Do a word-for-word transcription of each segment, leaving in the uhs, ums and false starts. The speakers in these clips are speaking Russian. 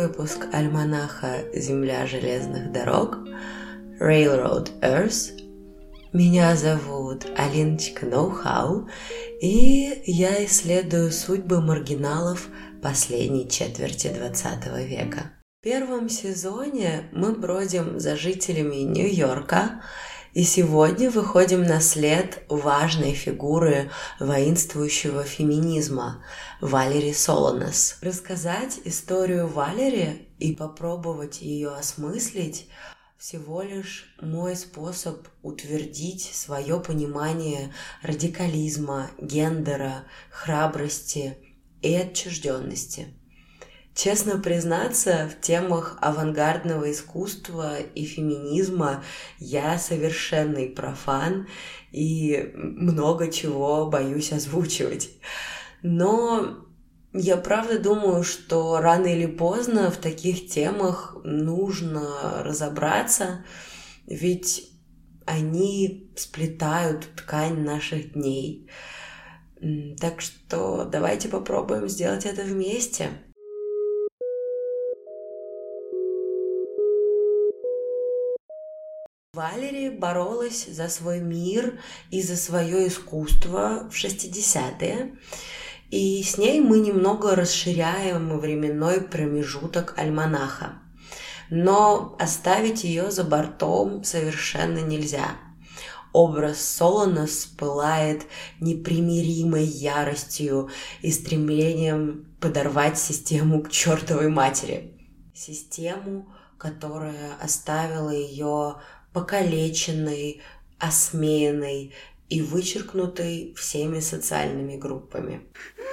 выпуск альманаха «Земля железных дорог» Railroad Earth. Меня зовут Алиночка Ноу-хау, и я исследую судьбы маргиналов последней четверти двадцатого века. В первом сезоне мы бродим за жителями Нью-Йорка, и сегодня выходим на след важной фигуры воинствующего феминизма Валери Солонес. Рассказать историю Валери и попробовать ее осмыслить всего лишь мой способ утвердить свое понимание радикализма, гендера, храбрости и отчужденности. Честно признаться, в темах авангардного искусства и феминизма я совершенный профан и много чего боюсь озвучивать. Но я правда думаю, что рано или поздно в таких темах нужно разобраться, ведь они сплетают ткань наших дней. Так что давайте попробуем сделать это вместе. Валери боролась за свой мир и за свое искусство в шестидесятые, и с ней мы немного расширяем временной промежуток альманаха. Но оставить ее за бортом совершенно нельзя. Образ Солонес пылает непримиримой яростью и стремлением подорвать систему к чертовой матери. Систему, которая оставила ее покалеченной, осмеянной и вычеркнутой всеми социальными группами.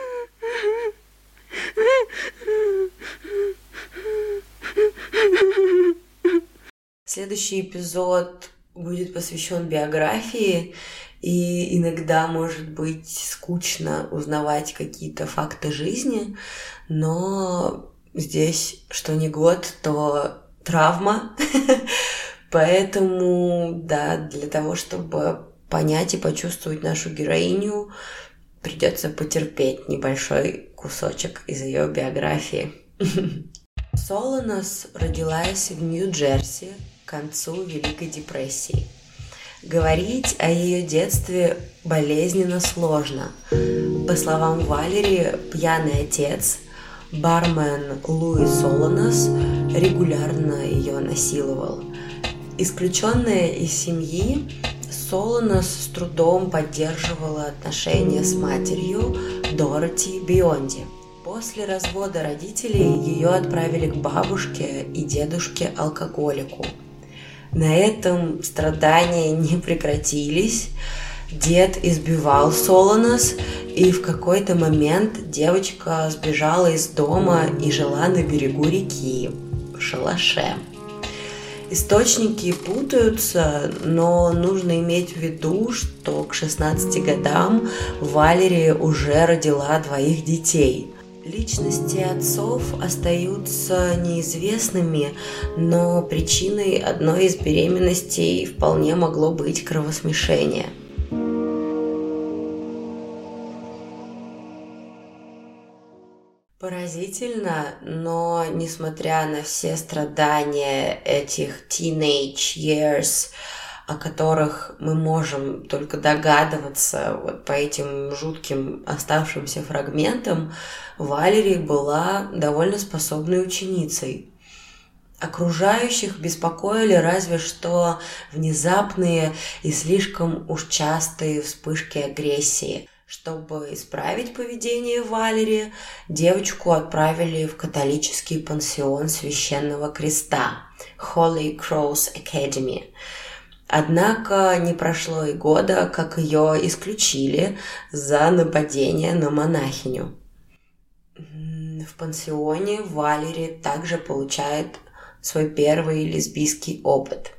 Следующий эпизод будет посвящен биографии, и иногда может быть скучно узнавать какие-то факты жизни, но здесь что ни год, то травма. Поэтому, да, для того, чтобы понять и почувствовать нашу героиню, придется потерпеть небольшой кусочек из ее биографии. Солонес родилась в Нью-Джерси к концу Великой депрессии. Говорить о ее детстве болезненно сложно. По словам Валери, пьяный отец, бармен Луи Солонес, регулярно ее насиловал. Исключенная из семьи, Солонес с трудом поддерживала отношения с матерью Дороти Бионди. После развода родителей ее отправили к бабушке и дедушке-алкоголику. На этом страдания не прекратились. Дед избивал Солонес, и в какой-то момент девочка сбежала из дома и жила на берегу реки, в шалаше. Источники путаются, но нужно иметь в виду, что к шестнадцати годам Валери уже родила двоих детей. Личности отцов остаются неизвестными, но причиной одной из беременностей вполне могло быть кровосмешение. Поразительно, но несмотря на все страдания этих teenage years, о которых мы можем только догадываться вот по этим жутким оставшимся фрагментам, Валери была довольно способной ученицей. Окружающих беспокоили разве что внезапные и слишком уж частые вспышки агрессии. Чтобы исправить поведение Валери, девочку отправили в католический пансион Священного Креста Holy Cross Academy. Однако не прошло и года, как ее исключили за нападение на монахиню. В пансионе Валери также получает свой первый лесбийский опыт.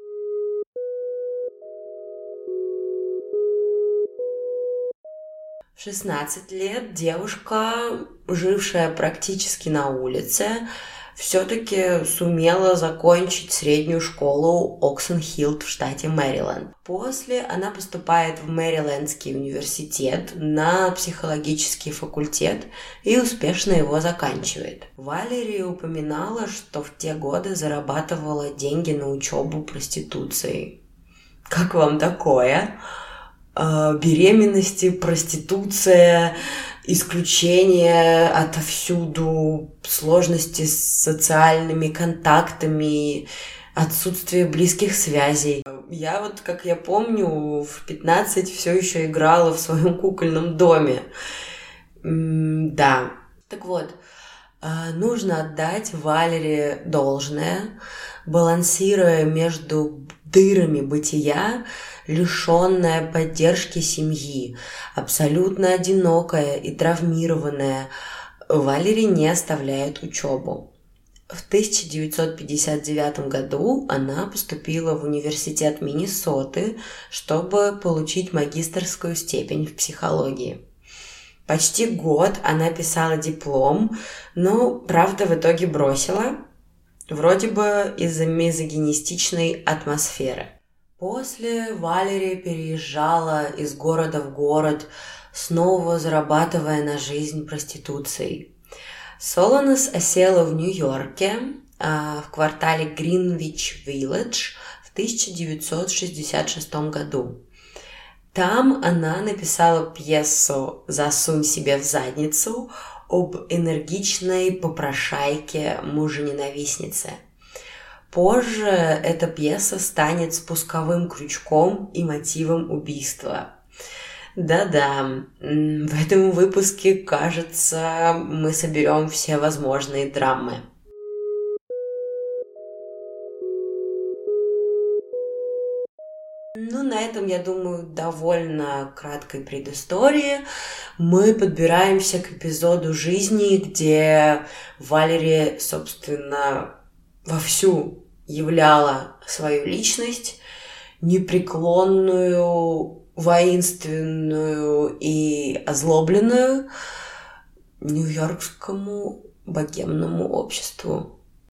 В шестнадцать лет девушка, жившая практически на улице, все-таки сумела закончить среднюю школу Оксенхилл в штате Мэриленд. После она поступает в Мэрилендский университет на психологический факультет и успешно его заканчивает. Валери упоминала, что в те годы зарабатывала деньги на учебу проституцией. Как вам такое? Беременности, проституция, исключение отовсюду, сложности с социальными контактами, отсутствие близких связей. Я вот, как я помню, в пятнадцать все еще играла в своем кукольном доме. Да. Так вот, нужно отдать Валери должное, балансируя между дырами бытия, лишенная поддержки семьи, абсолютно одинокая и травмированная, Валери не оставляет учебу. В тысяча девятьсот пятьдесят девятом году она поступила в университет Миннесоты, чтобы получить магистерскую степень в психологии. Почти год она писала диплом, но, правда, в итоге бросила, вроде бы из-за мизогинистичной атмосферы. После Валери переезжала из города в город, снова зарабатывая на жизнь проституцией. Солонес осела в Нью-Йорке, в квартале Гринвич-Виллидж в тысяча девятьсот шестьдесят шестом году. Там она написала пьесу «Засунь себе в задницу» об энергичной попрошайке мужа-ненавистницы. Позже эта пьеса станет спусковым крючком и мотивом убийства. Да-да, в этом выпуске, кажется, мы соберем все возможные драмы. Ну, на этом, я думаю, довольно краткой предыстории. Мы подбираемся к эпизоду жизни, где Валери, собственно, вовсю являла свою личность, непреклонную, воинственную и озлобленную нью-йоркскому богемному обществу.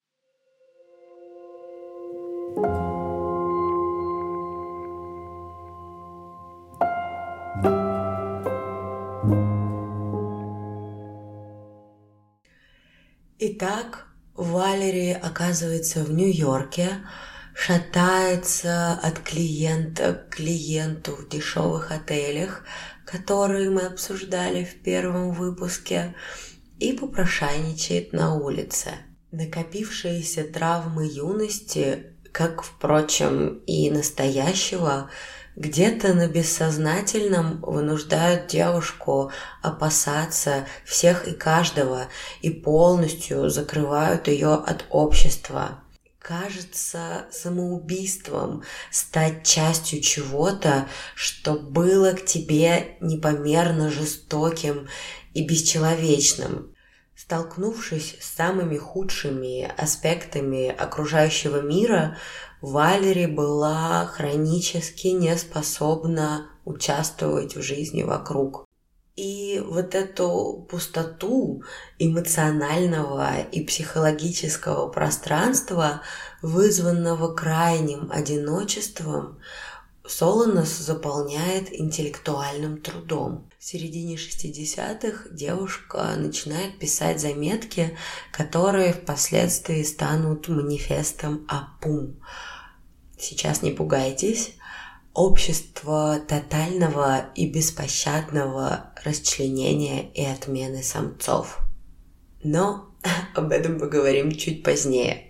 Итак, Валери оказывается в Нью-Йорке, шатается от клиента к клиенту в дешевых отелях, которые мы обсуждали в первом выпуске, и попрошайничает на улице. Накопившиеся травмы юности, как, впрочем, и настоящего, где-то на бессознательном вынуждают девушку опасаться всех и каждого и полностью закрывают ее от общества. Кажется самоубийством стать частью чего-то, что было к тебе непомерно жестоким и бесчеловечным. Столкнувшись с самыми худшими аспектами окружающего мира, Валери была хронически неспособна участвовать в жизни вокруг. И вот эту пустоту эмоционального и психологического пространства, вызванного крайним одиночеством, Солонес заполняет интеллектуальным трудом. В середине шестидесятых девушка начинает писать заметки, которые впоследствии станут манифестом АПУМ. Сейчас не пугайтесь. Общество тотального и беспощадного расчленения и отмены самцов. Но об этом поговорим чуть позднее.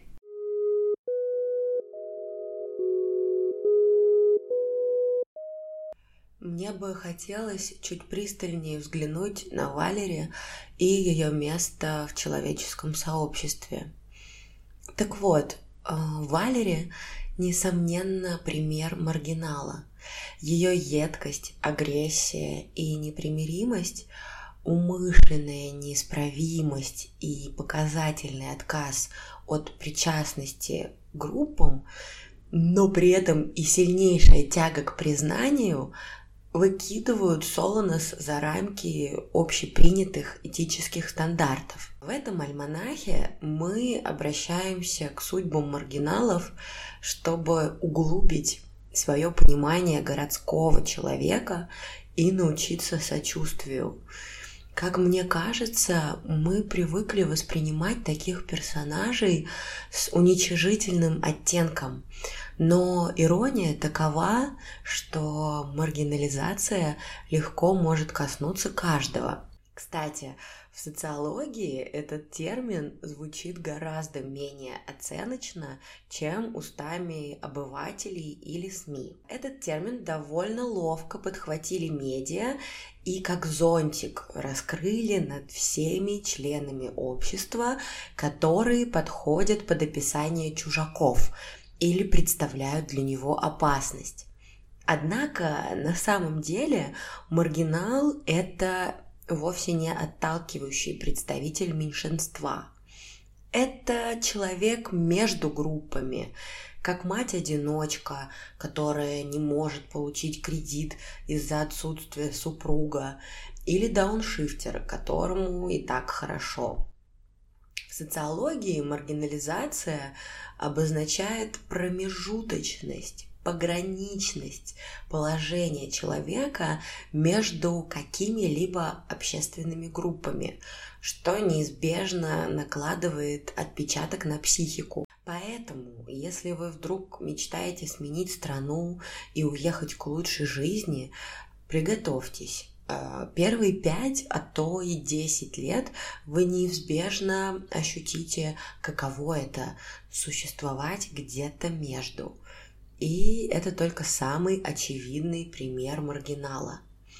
Мне бы хотелось чуть пристальнее взглянуть на Валери и ее место в человеческом сообществе. Так вот, Валери несомненно пример маргинала. Ее едкость, агрессия и непримиримость, умышленная неисправимость и показательный отказ от причастности к группам, но при этом и сильнейшая тяга к признанию выкидывают Солонос за рамки общепринятых этических стандартов. В этом альманахе мы обращаемся к судьбам маргиналов, чтобы углубить свое понимание городского человека и научиться сочувствию. Как мне кажется, мы привыкли воспринимать таких персонажей с уничижительным оттенком. Но ирония такова, что маргинализация легко может коснуться каждого. Кстати, в социологии этот термин звучит гораздо менее оценочно, чем устами обывателей или СМИ. Этот термин довольно ловко подхватили медиа и как зонтик раскрыли над всеми членами общества, которые подходят под описание чужаков или представляют для него опасность. Однако на самом деле маргинал – это вовсе не отталкивающий представитель меньшинства. Это человек между группами, как мать-одиночка, которая не может получить кредит из-за отсутствия супруга, или дауншифтер, которому и так хорошо. В социологии маргинализация обозначает промежуточность, пограничность положения человека между какими-либо общественными группами, что неизбежно накладывает отпечаток на психику. Поэтому, если вы вдруг мечтаете сменить страну и уехать к лучшей жизни, приготовьтесь. Первые пять, а то и десять лет вы неизбежно ощутите, каково это – существовать где-то между. И это только самый очевидный пример маргинала.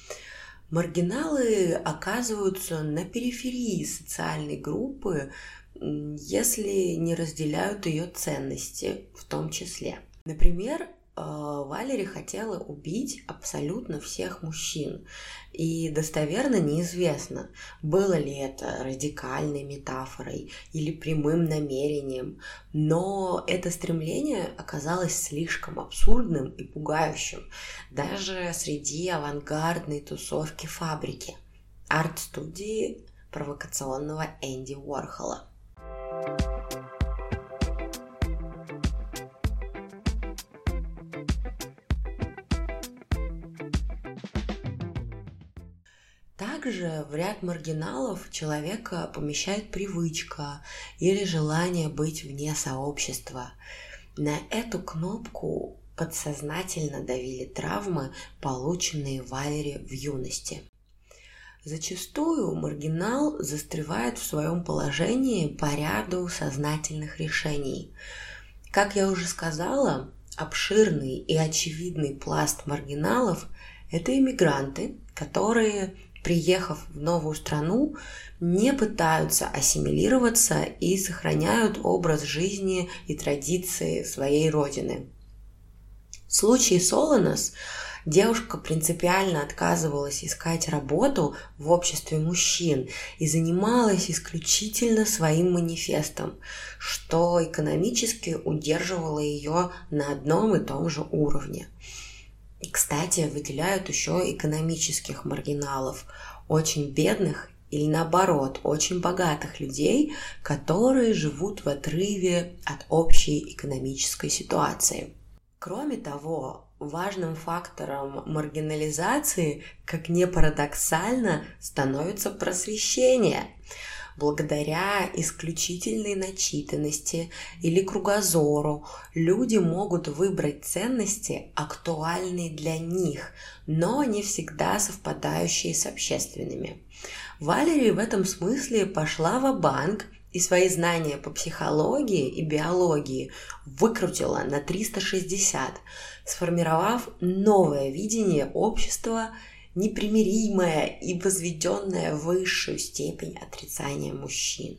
Маргиналы оказываются на периферии социальной группы, если не разделяют ее ценности в том числе. Например, Валери хотела убить абсолютно всех мужчин, и достоверно неизвестно, было ли это радикальной метафорой или прямым намерением, но это стремление оказалось слишком абсурдным и пугающим даже среди авангардной тусовки фабрики, арт-студии провокационного Энди Уорхола. Также в ряд маргиналов человека помещает привычка или желание быть вне сообщества. На эту кнопку подсознательно давили травмы, полученные Валери в юности. Зачастую маргинал застревает в своем положении по ряду сознательных решений. Как я уже сказала, обширный и очевидный пласт маргиналов – это иммигранты, которые, приехав в новую страну, не пытаются ассимилироваться и сохраняют образ жизни и традиции своей родины. В случае Солонос девушка принципиально отказывалась искать работу в обществе мужчин и занималась исключительно своим манифестом, что экономически удерживало ее на одном и том же уровне. И, кстати, выделяют еще экономических маргиналов, очень бедных или, наоборот, очень богатых людей, которые живут в отрыве от общей экономической ситуации. Кроме того, важным фактором маргинализации, как ни парадоксально, становится просвещение. Благодаря исключительной начитанности или кругозору люди могут выбрать ценности, актуальные для них, но не всегда совпадающие с общественными. Валери в этом смысле пошла ва-банк и свои знания по психологии и биологии выкрутила на триста шестьдесят, сформировав новое видение общества, непримиримое и возведенное в высшую степень отрицания мужчин.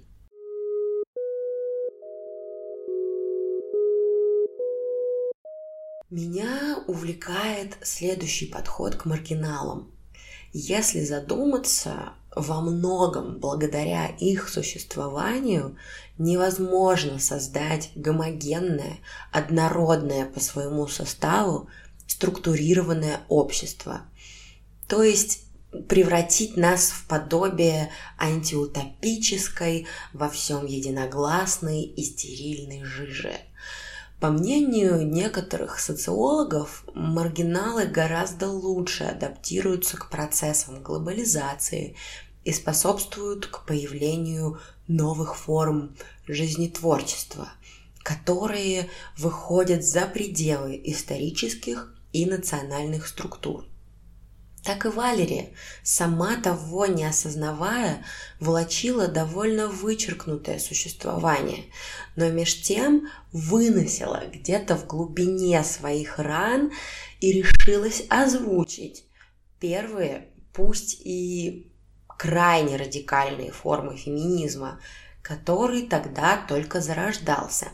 Меня увлекает следующий подход к маргиналам. Если задуматься, во многом благодаря их существованию невозможно создать гомогенное, однородное по своему составу структурированное общество. То есть превратить нас в подобие антиутопической, во всем единогласной и стерильной жижи. По мнению некоторых социологов, маргиналы гораздо лучше адаптируются к процессам глобализации и способствуют к появлению новых форм жизнетворчества, которые выходят за пределы исторических и национальных структур. Так и Валери, сама того не осознавая, влачила довольно вычеркнутое существование, но меж тем выносила где-то в глубине своих ран и решилась озвучить первые, пусть и крайне радикальные формы феминизма, который тогда только зарождался.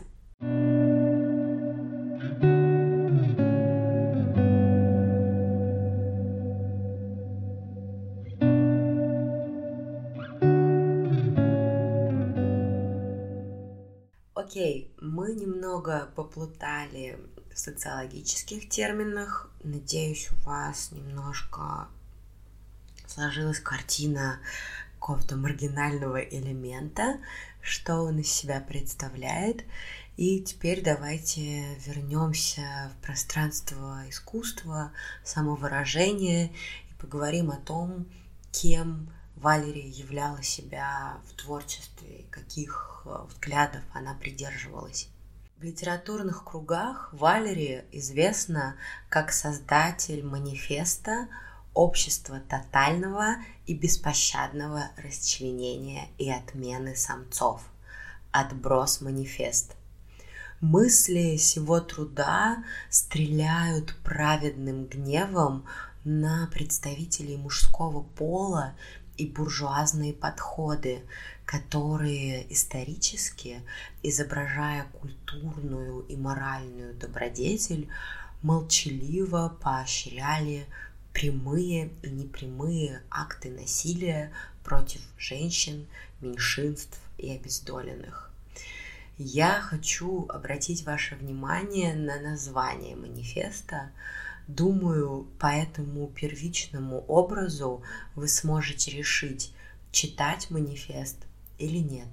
Окей, мы немного поплутали в социологических терминах. Надеюсь, у вас немножко сложилась картина какого-то маргинального элемента, что он из себя представляет. И теперь давайте вернемся в пространство искусства, самовыражения и поговорим о том, кем Валери являла себя в творчестве, каких взглядов она придерживалась. В литературных кругах Валери известна как создатель манифеста общества тотального и беспощадного расчленения и отмены самцов. Отброс-манифест. Мысли сего труда стреляют праведным гневом на представителей мужского пола и буржуазные подходы, которые исторически, изображая культурную и моральную добродетель, молчаливо поощряли прямые и непрямые акты насилия против женщин, меньшинств и обездоленных. Я хочу обратить ваше внимание на название манифеста. Думаю, по этому первичному образу вы сможете решить, читать манифест или нет.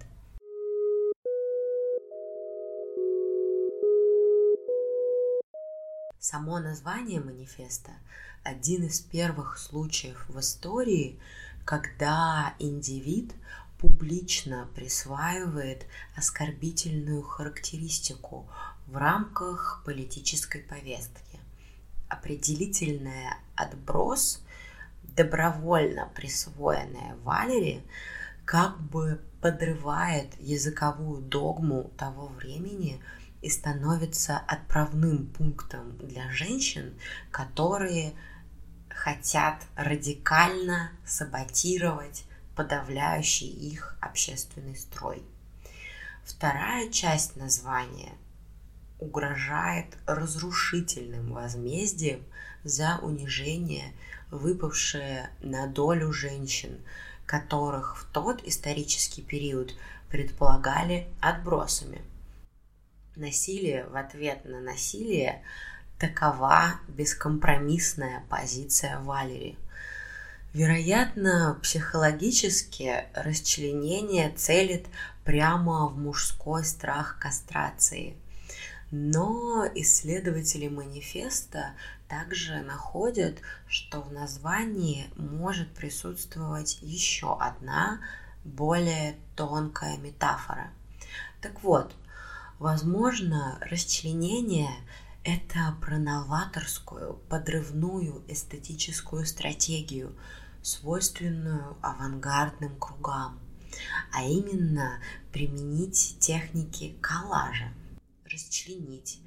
Само название манифеста – один из первых случаев в истории, когда индивид публично присваивает оскорбительную характеристику в рамках политической повестки. Определительное «отброс», добровольно присвоенное Валери, как бы подрывает языковую догму того времени и становится отправным пунктом для женщин, которые хотят радикально саботировать подавляющий их общественный строй. Вторая часть названия угрожает разрушительным возмездием за унижение, выпавшее на долю женщин, которых в тот исторический период предполагали отбросами. Насилие в ответ на насилие – такова бескомпромиссная позиция Валери. Вероятно, психологически расчленение целит прямо в мужской страх кастрации. Но исследователи манифеста также находят, что в названии может присутствовать еще одна, более тонкая метафора. Так вот, возможно, расчленение – это про новаторскую, подрывную эстетическую стратегию, свойственную авангардным кругам, а именно применить техники коллажа, расчленить,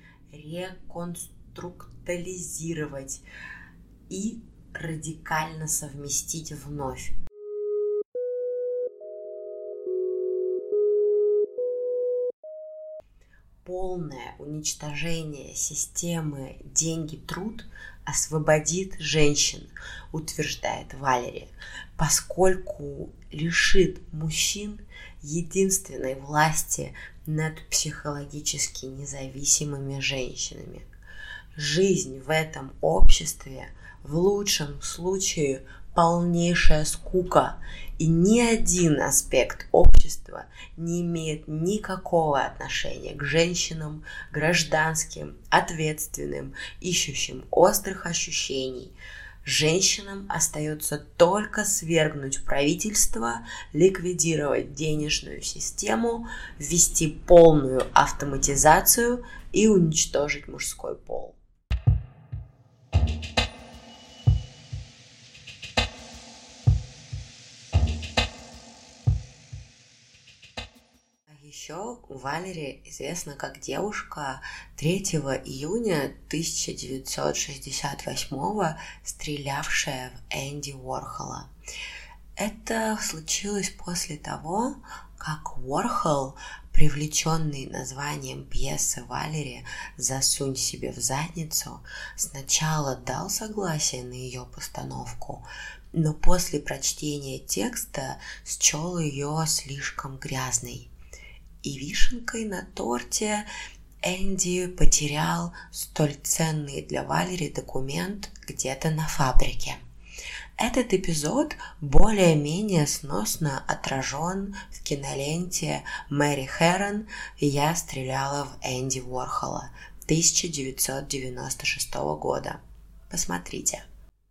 реконструктализировать и радикально совместить вновь. Полное уничтожение системы «деньги-труд» освободит женщин, утверждает Валери, поскольку лишит мужчин единственной власти над психологически независимыми женщинами. Жизнь в этом обществе в лучшем случае полнейшая скука, и ни один аспект общества не имеет никакого отношения к женщинам, гражданским, ответственным, ищущим острых ощущений. Женщинам остается только свергнуть правительство, ликвидировать денежную систему, ввести полную автоматизацию и уничтожить мужской пол. Еще Валери известна как девушка, третьего июня тысяча девятьсот шестьдесят восьмого стрелявшая в Энди Уорхола. Это случилось после того, как Уорхол, привлеченный названием пьесы Валери «Засунь себе в задницу», сначала дал согласие на ее постановку, но после прочтения текста счел ее слишком грязной. И вишенкой на торте Энди потерял столь ценный для Валери документ где-то на фабрике. Этот эпизод более-менее сносно отражен в киноленте Мэри Хэрон «Я стреляла в Энди Уорхола» тысяча девятьсот девяносто шестого года. Посмотрите.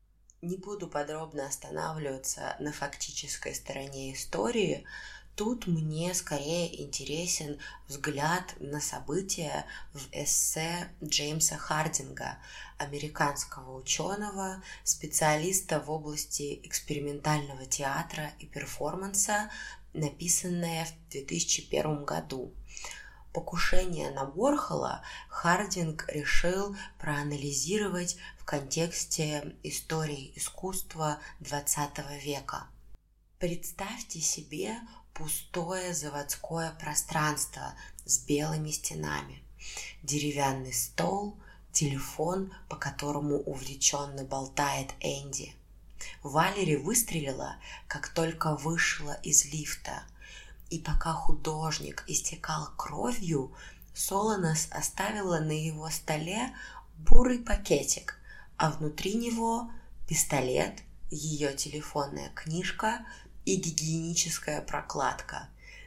Не буду подробно останавливаться на фактической стороне истории. Тут мне скорее интересен взгляд на события в эссе Джеймса Хардинга, американского ученого, специалиста в области экспериментального театра и перформанса, написанное в две тысячи первом году. Покушение на Уорхола Хардинг решил проанализировать в контексте истории искусства двадцатого века. Представьте себе пустое заводское пространство с белыми стенами, деревянный стол, телефон, по которому увлеченно болтает Энди. Валери выстрелила, как только вышла из лифта, и пока художник истекал кровью, Солонос оставила на его столе бурый пакетик, а внутри него пистолет, ее телефонная книжка и гигиеническая прокладка.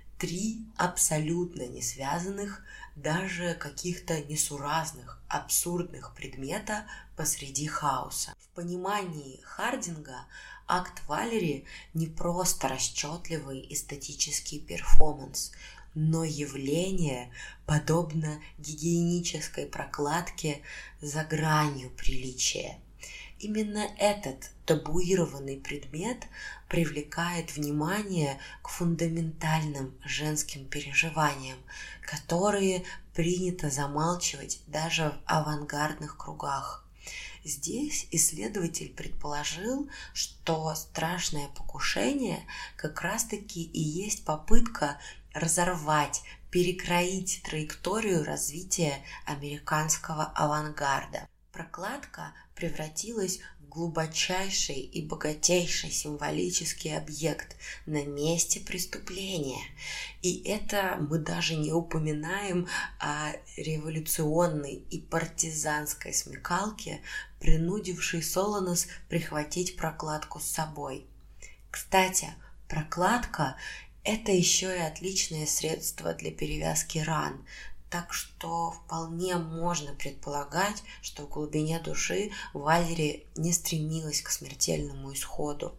Три абсолютно не связанных, даже каких-то несуразных, абсурдных предмета посреди хаоса. В понимании Хардинга акт Валери не просто расчетливый эстетический перформанс, но явление, подобно гигиенической прокладке, за гранью приличия. Именно этот табуированный предмет привлекает внимание к фундаментальным женским переживаниям, которые принято замалчивать даже в авангардных кругах. Здесь исследователь предположил, что страшное покушение как раз-таки и есть попытка разорвать, перекроить траекторию развития американского авангарда. Прокладка превратилась в глубочайший и богатейший символический объект на месте преступления. И это мы даже не упоминаем о революционной и партизанской смекалке, принудившей Солонос прихватить прокладку с собой. Кстати, прокладка – это еще и отличное средство для перевязки ран, так что вполне можно предполагать, что в глубине души Валери не стремилась к смертельному исходу.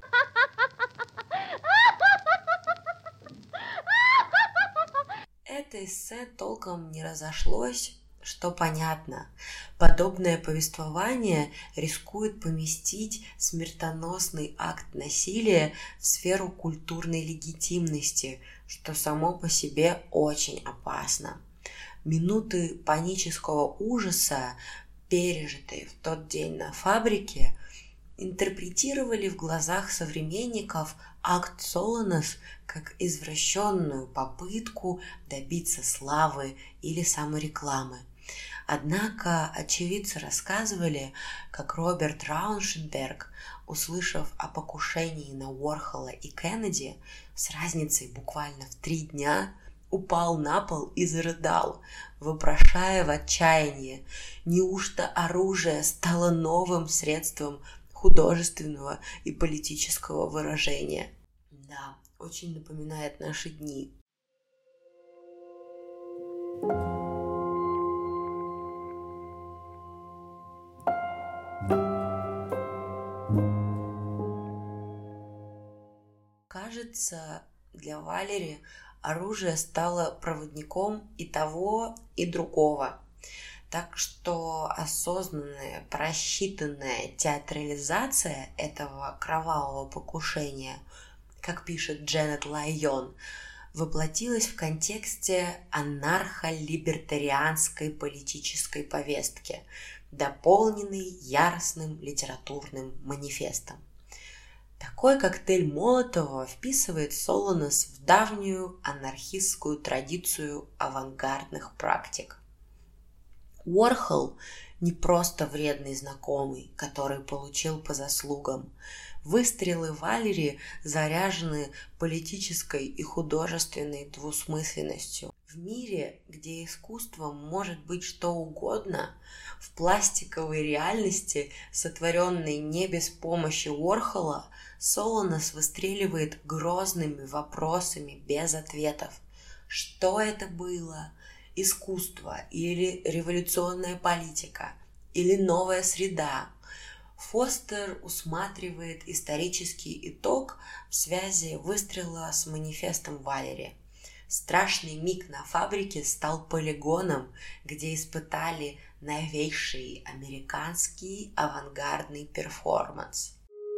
Это эссе толком не разошлось, что понятно. Подобное повествование рискует поместить смертоносный акт насилия в сферу культурной легитимности, что само по себе очень опасно. Минуты панического ужаса, пережитые в тот день на фабрике, интерпретировали в глазах современников акт Солонос как извращенную попытку добиться славы или саморекламы. Однако очевидцы рассказывали, как Роберт Раушенберг, услышав о покушении на Уорхола и Кеннеди с разницей буквально в три дня, упал на пол и зарыдал, вопрошая в отчаянии, неужто оружие стало новым средством художественного и политического выражения. Да, очень напоминает наши дни. Кажется, для Валери оружие стало проводником и того, и другого. Так что осознанная, просчитанная театрализация этого кровавого покушения, как пишет Дженет Лайон, воплотилась в контексте анархо-либертарианской политической повестки, дополненной яростным литературным манифестом. Такой коктейль Молотова вписывает Солонес в давнюю анархистскую традицию авангардных практик. Уорхол не просто вредный знакомый, который получил по заслугам. Выстрелы Валери заряжены политической и художественной двусмысленностью. В мире, где искусство может быть что угодно, в пластиковой реальности, сотворенной не без помощи Уорхола, Солонес выстреливает грозными вопросами без ответов. Что это было? Искусство или революционная политика? Или новая среда? Фостер усматривает исторический итог в связи выстрела с манифестом Валери. Страшный миг на фабрике стал полигоном, где испытали новейший американский авангардный перформанс.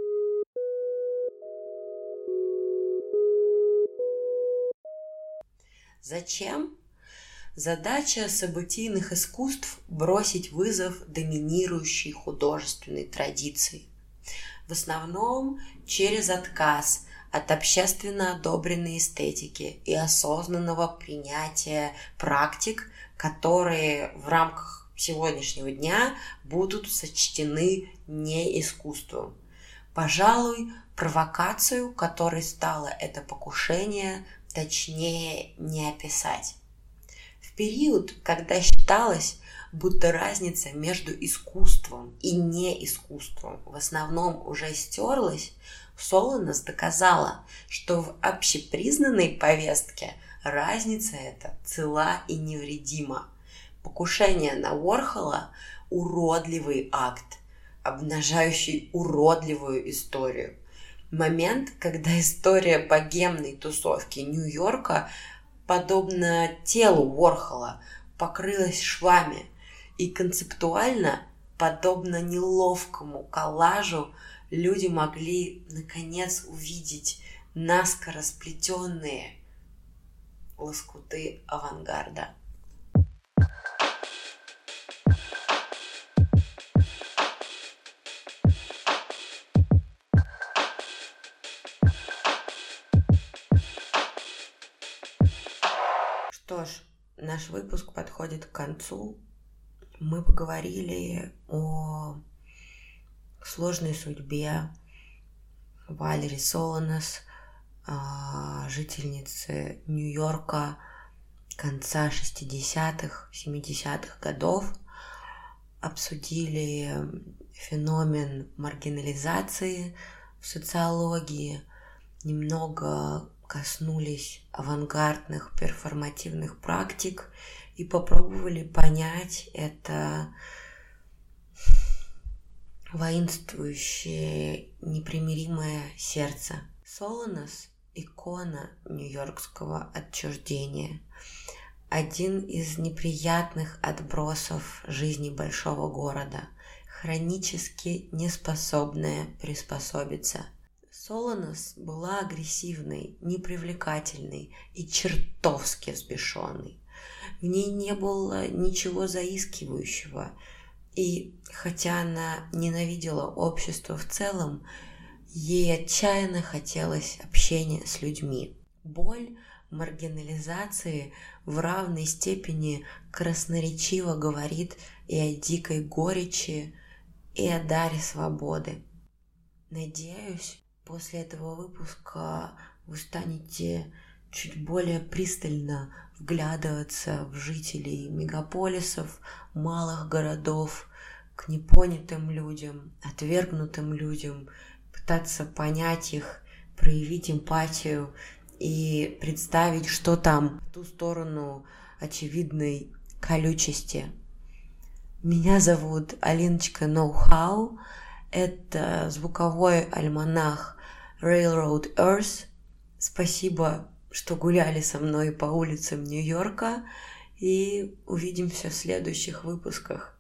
Зачем? Задача событийных искусств – бросить вызов доминирующей художественной традиции. В основном через отказ от общественно одобренной эстетики и осознанного принятия практик, которые в рамках сегодняшнего дня будут сочтены не искусством. Пожалуй, провокацию, которой стало это покушение, точнее не описать. В период, когда считалось, будто разница между искусством и неискусством в основном уже стерлась, Солонес доказала, что в общепризнанной повестке разница эта цела и невредима. Покушение на Уорхола – уродливый акт, обнажающий уродливую историю. Момент, когда история богемной тусовки Нью-Йорка, подобно телу Уорхола, покрылась швами, и концептуально, подобно неловкому коллажу, люди могли наконец увидеть наскоро сплетенные лоскуты авангарда. Что ж, наш выпуск подходит к концу. Мы поговорили о сложной судьбе Валери Солонес, жительницы Нью-Йорка конца шестидесятых, семидесятых годов. Обсудили феномен маргинализации в социологии, немного коснулись авангардных перформативных практик и попробовали понять это воинствующее, непримиримое сердце. Солонес – икона нью-йоркского отчуждения, один из неприятных отбросов жизни большого города, хронически неспособная приспособиться. Солонес была агрессивной, непривлекательной и чертовски взбешенной. В ней не было ничего заискивающего, и хотя она ненавидела общество в целом, ей отчаянно хотелось общения с людьми. Боль маргинализации в равной степени красноречиво говорит и о дикой горечи, и о даре свободы. Надеюсь, после этого выпуска вы станете чуть более пристально вглядываться в жителей мегаполисов, малых городов, к непонятым людям, отвергнутым людям, пытаться понять их, проявить эмпатию и представить, что там в ту сторону очевидной колючести. Меня зовут Алиночка Ноу-хау. Это звуковой альманах Railroad Earth. Спасибо, что гуляли со мной по улицам Нью-Йорка. И увидимся в следующих выпусках.